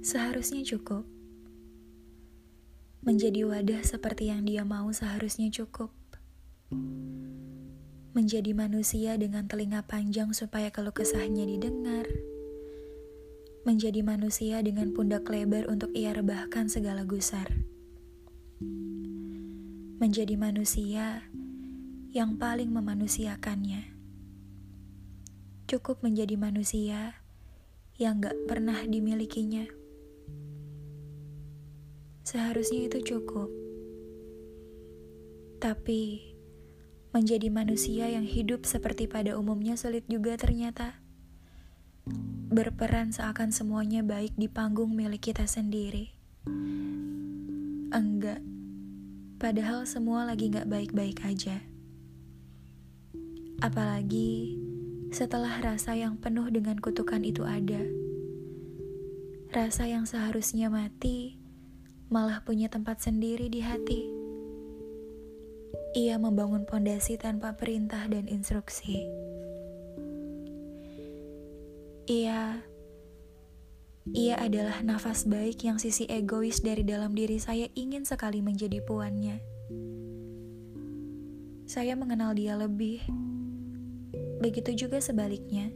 Seharusnya cukup. Menjadi wadah seperti yang dia mau seharusnya cukup. Menjadi manusia dengan telinga panjang supaya keluh kesahnya didengar. Menjadi manusia dengan pundak lebar untuk ia rebahkan segala gusar. Menjadi manusia yang paling memanusiakannya. Cukup menjadi manusia yang gak pernah dimilikinya. Seharusnya itu cukup. Tapi menjadi manusia yang hidup seperti pada umumnya sulit juga ternyata. Berperan seakan semuanya baik di panggung milik kita sendiri. Enggak, padahal semua lagi gak baik-baik aja. Apalagi setelah rasa yang penuh dengan kutukan itu ada. Rasa yang seharusnya mati malah punya tempat sendiri di hati. Ia membangun pondasi tanpa perintah dan instruksi. Ia adalah nafas baik yang sisi egois dari dalam diri saya ingin sekali menjadi puannya. Saya mengenal dia lebih. Begitu juga sebaliknya.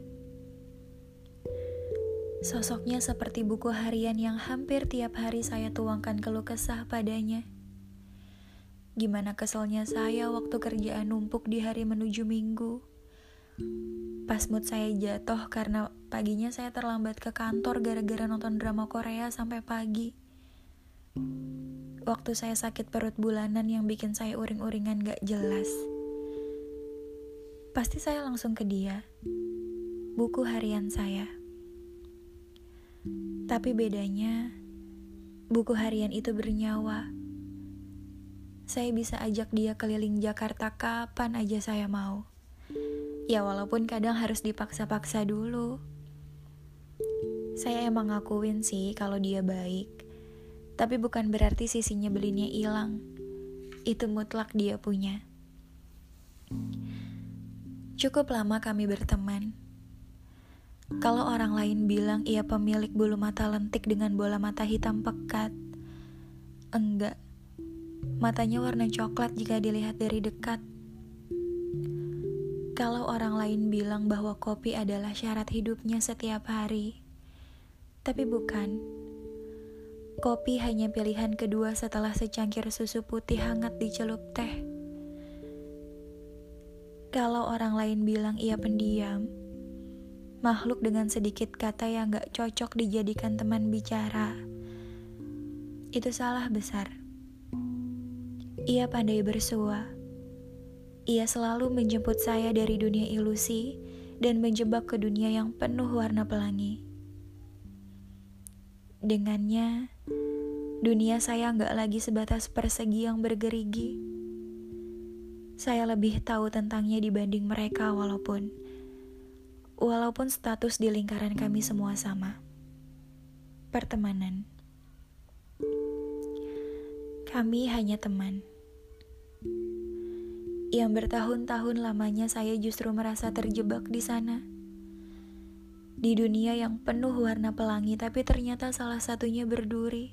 Sosoknya seperti buku harian yang hampir tiap hari saya tuangkan keluh kesah padanya. Gimana keselnya saya waktu kerjaan numpuk di hari menuju Minggu. Pas mood saya jatuh karena paginya saya terlambat ke kantor gara-gara nonton drama Korea sampai pagi. Waktu saya sakit perut bulanan yang bikin saya uring-uringan gak jelas. Pasti saya langsung ke dia, buku harian saya. Tapi bedanya, buku harian itu bernyawa. Saya bisa ajak dia keliling Jakarta kapan aja saya mau. Ya walaupun kadang harus dipaksa-paksa dulu. Saya emang ngakuin sih kalau dia baik. Tapi bukan berarti sisi nyebelinnya hilang. Itu mutlak dia punya. Cukup lama kami berteman. Kalau orang lain bilang ia pemilik bulu mata lentik dengan bola mata hitam pekat, enggak. Matanya warna coklat jika dilihat dari dekat. Kalau orang lain bilang bahwa kopi adalah syarat hidupnya setiap hari, tapi bukan. Kopi hanya pilihan kedua setelah secangkir susu putih hangat dicelup teh. Kalau orang lain bilang ia pendiam, makhluk dengan sedikit kata yang gak cocok dijadikan teman bicara, itu salah besar. Ia pandai bersua. Ia selalu menjemput saya dari dunia ilusi dan menjebak ke dunia yang penuh warna pelangi. Dengannya, dunia saya gak lagi sebatas persegi yang bergerigi. Saya lebih tahu tentangnya dibanding mereka walaupun status di lingkaran kami semua sama. Pertemanan. Kami hanya teman. Yang bertahun-tahun lamanya saya justru merasa terjebak di sana. Di dunia yang penuh warna pelangi tapi ternyata salah satunya berduri.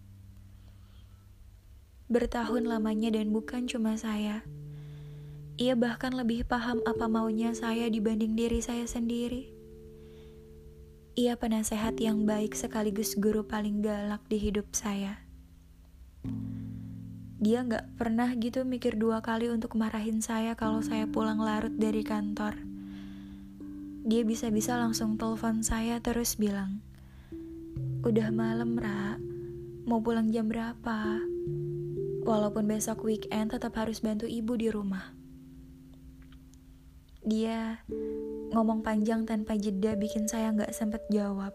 Bertahun lamanya dan bukan cuma saya. Ia bahkan lebih paham apa maunya saya dibanding diri saya sendiri. Ia penasehat yang baik sekaligus guru paling galak di hidup saya. Dia gak pernah gitu mikir 2 kali untuk marahin saya kalau saya pulang larut dari kantor. Dia bisa-bisa langsung telepon saya terus bilang, "Udah malam, Ra. Mau pulang jam berapa? Walaupun besok weekend tetap harus bantu ibu di rumah." Dia ngomong panjang tanpa jeda bikin saya gak sempet jawab.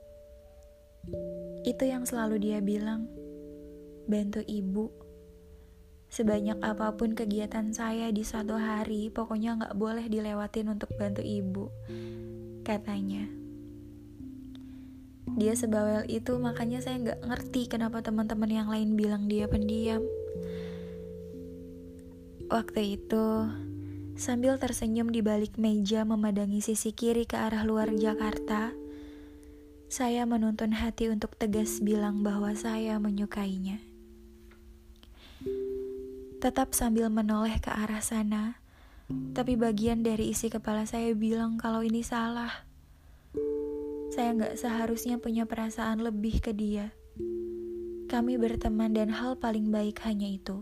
Itu yang selalu dia bilang, bantu ibu. Sebanyak apapun kegiatan saya di suatu hari, pokoknya gak boleh dilewatin untuk bantu ibu, katanya. Dia sebawel itu, makanya saya gak ngerti kenapa teman-teman yang lain bilang dia pendiam. Waktu itu, sambil tersenyum di balik meja memandangi sisi kiri ke arah luar Jakarta, Saya menuntun hati untuk tegas bilang bahwa saya menyukainya. Tetap sambil menoleh ke arah sana, tapi bagian dari isi kepala saya bilang kalau ini salah. Saya gak seharusnya punya perasaan lebih ke dia. Kami berteman dan hal paling baik hanya itu.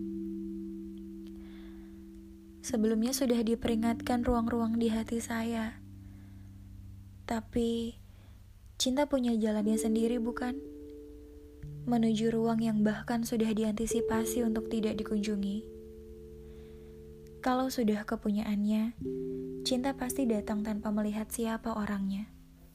Sebelumnya sudah diperingatkan ruang-ruang di hati saya. Tapi, cinta punya jalannya sendiri bukan? Menuju ruang yang bahkan sudah diantisipasi untuk tidak dikunjungi. Kalau sudah kepunyaannya, cinta pasti datang tanpa melihat siapa orangnya.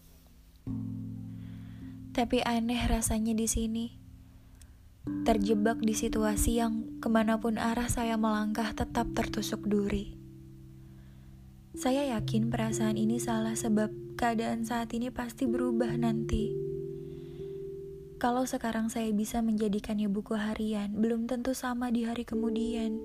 Tapi aneh rasanya di sini. Terjebak di situasi yang kemanapun arah saya melangkah tetap tertusuk duri. Saya yakin perasaan ini salah sebab keadaan saat ini pasti berubah nanti. Kalau sekarang saya bisa menjadikannya buku harian, belum tentu sama di hari kemudian.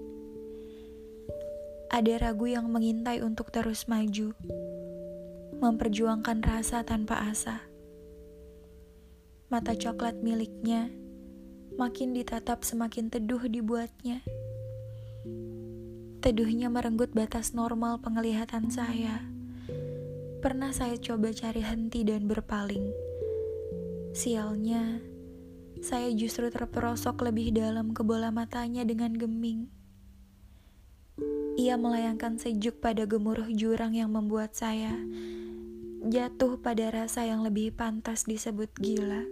Ada ragu yang mengintai untuk terus maju, memperjuangkan rasa tanpa asa. Mata coklat miliknya makin ditatap semakin teduh dibuatnya. Teduhnya merenggut batas normal penglihatan saya. Pernah saya coba cari henti dan berpaling. Sialnya, saya justru terperosok lebih dalam ke bola matanya dengan geming. Ia melayangkan sejuk pada gemuruh jurang yang membuat saya jatuh pada rasa yang lebih pantas disebut gila.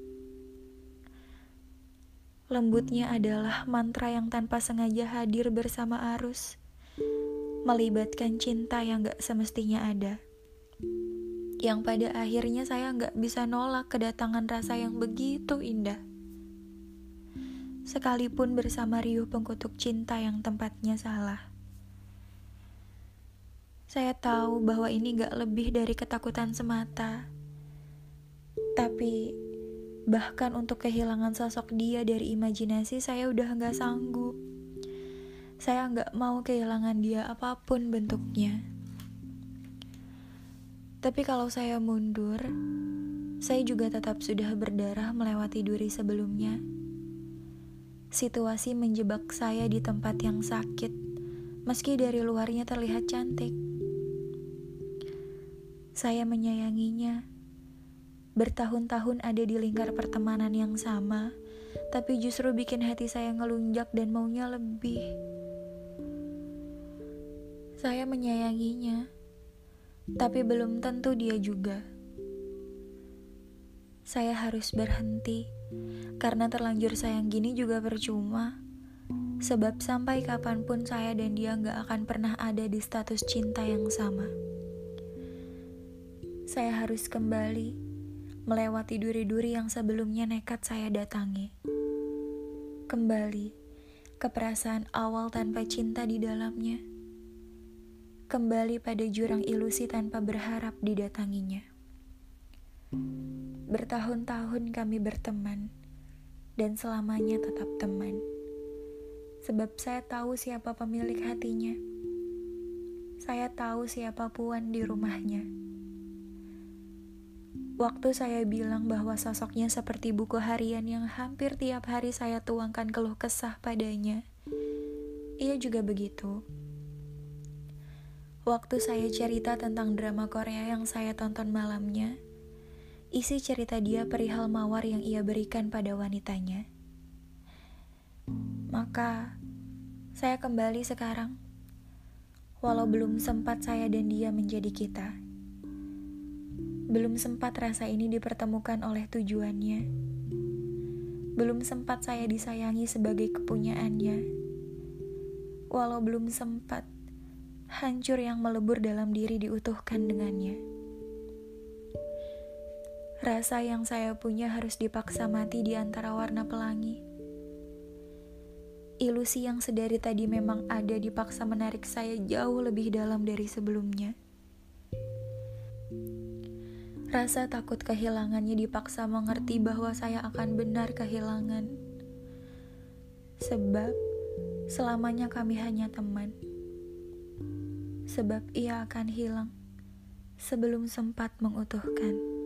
Lembutnya adalah mantra yang tanpa sengaja hadir bersama arus, melibatkan cinta yang gak semestinya ada. Yang pada akhirnya saya gak bisa nolak kedatangan rasa yang begitu indah. Sekalipun bersama riuh pengkutuk cinta yang tempatnya salah. Saya tahu bahwa ini gak lebih dari ketakutan semata. Tapi bahkan untuk kehilangan sosok dia dari imajinasi saya udah gak sanggup. Saya gak mau kehilangan dia apapun bentuknya. Tapi kalau saya mundur, saya juga tetap sudah berdarah melewati duri sebelumnya. Situasi menjebak saya di tempat yang sakit, meski dari luarnya terlihat cantik. Saya menyayanginya. Bertahun-tahun ada di lingkar pertemanan yang sama, tapi justru bikin hati saya ngelunjak dan maunya lebih. Saya menyayanginya, tapi belum tentu dia juga. Saya harus berhenti, karena terlanjur sayang gini juga percuma. Sebab sampai kapanpun saya dan dia gak akan pernah ada di status cinta yang sama. Saya harus kembali melewati duri-duri yang sebelumnya nekat saya datangi. Kembali ke perasaan awal tanpa cinta di dalamnya. Kembali pada jurang ilusi tanpa berharap didatanginya. Bertahun-tahun kami berteman, dan selamanya tetap teman. Sebab saya tahu siapa pemilik hatinya. Saya tahu siapa puan di rumahnya. Waktu saya bilang bahwa sosoknya seperti buku harian yang hampir tiap hari saya tuangkan keluh kesah padanya, ia juga begitu. Waktu saya cerita tentang drama Korea yang saya tonton malamnya, isi cerita dia perihal mawar yang ia berikan pada wanitanya. Maka, saya kembali sekarang, walau belum sempat saya dan dia menjadi kita. Belum sempat rasa ini dipertemukan oleh tujuannya. Belum sempat saya disayangi sebagai kepunyaannya. Walau belum sempat, hancur yang melebur dalam diri diutuhkan dengannya. Rasa yang saya punya harus dipaksa mati di antara warna pelangi. Ilusi yang sedari tadi memang ada dipaksa menarik saya jauh lebih dalam dari sebelumnya. Rasa takut kehilangannya dipaksa mengerti bahwa saya akan benar kehilangan. Sebab selamanya kami hanya teman. Sebab ia akan hilang sebelum sempat mengutuhkan.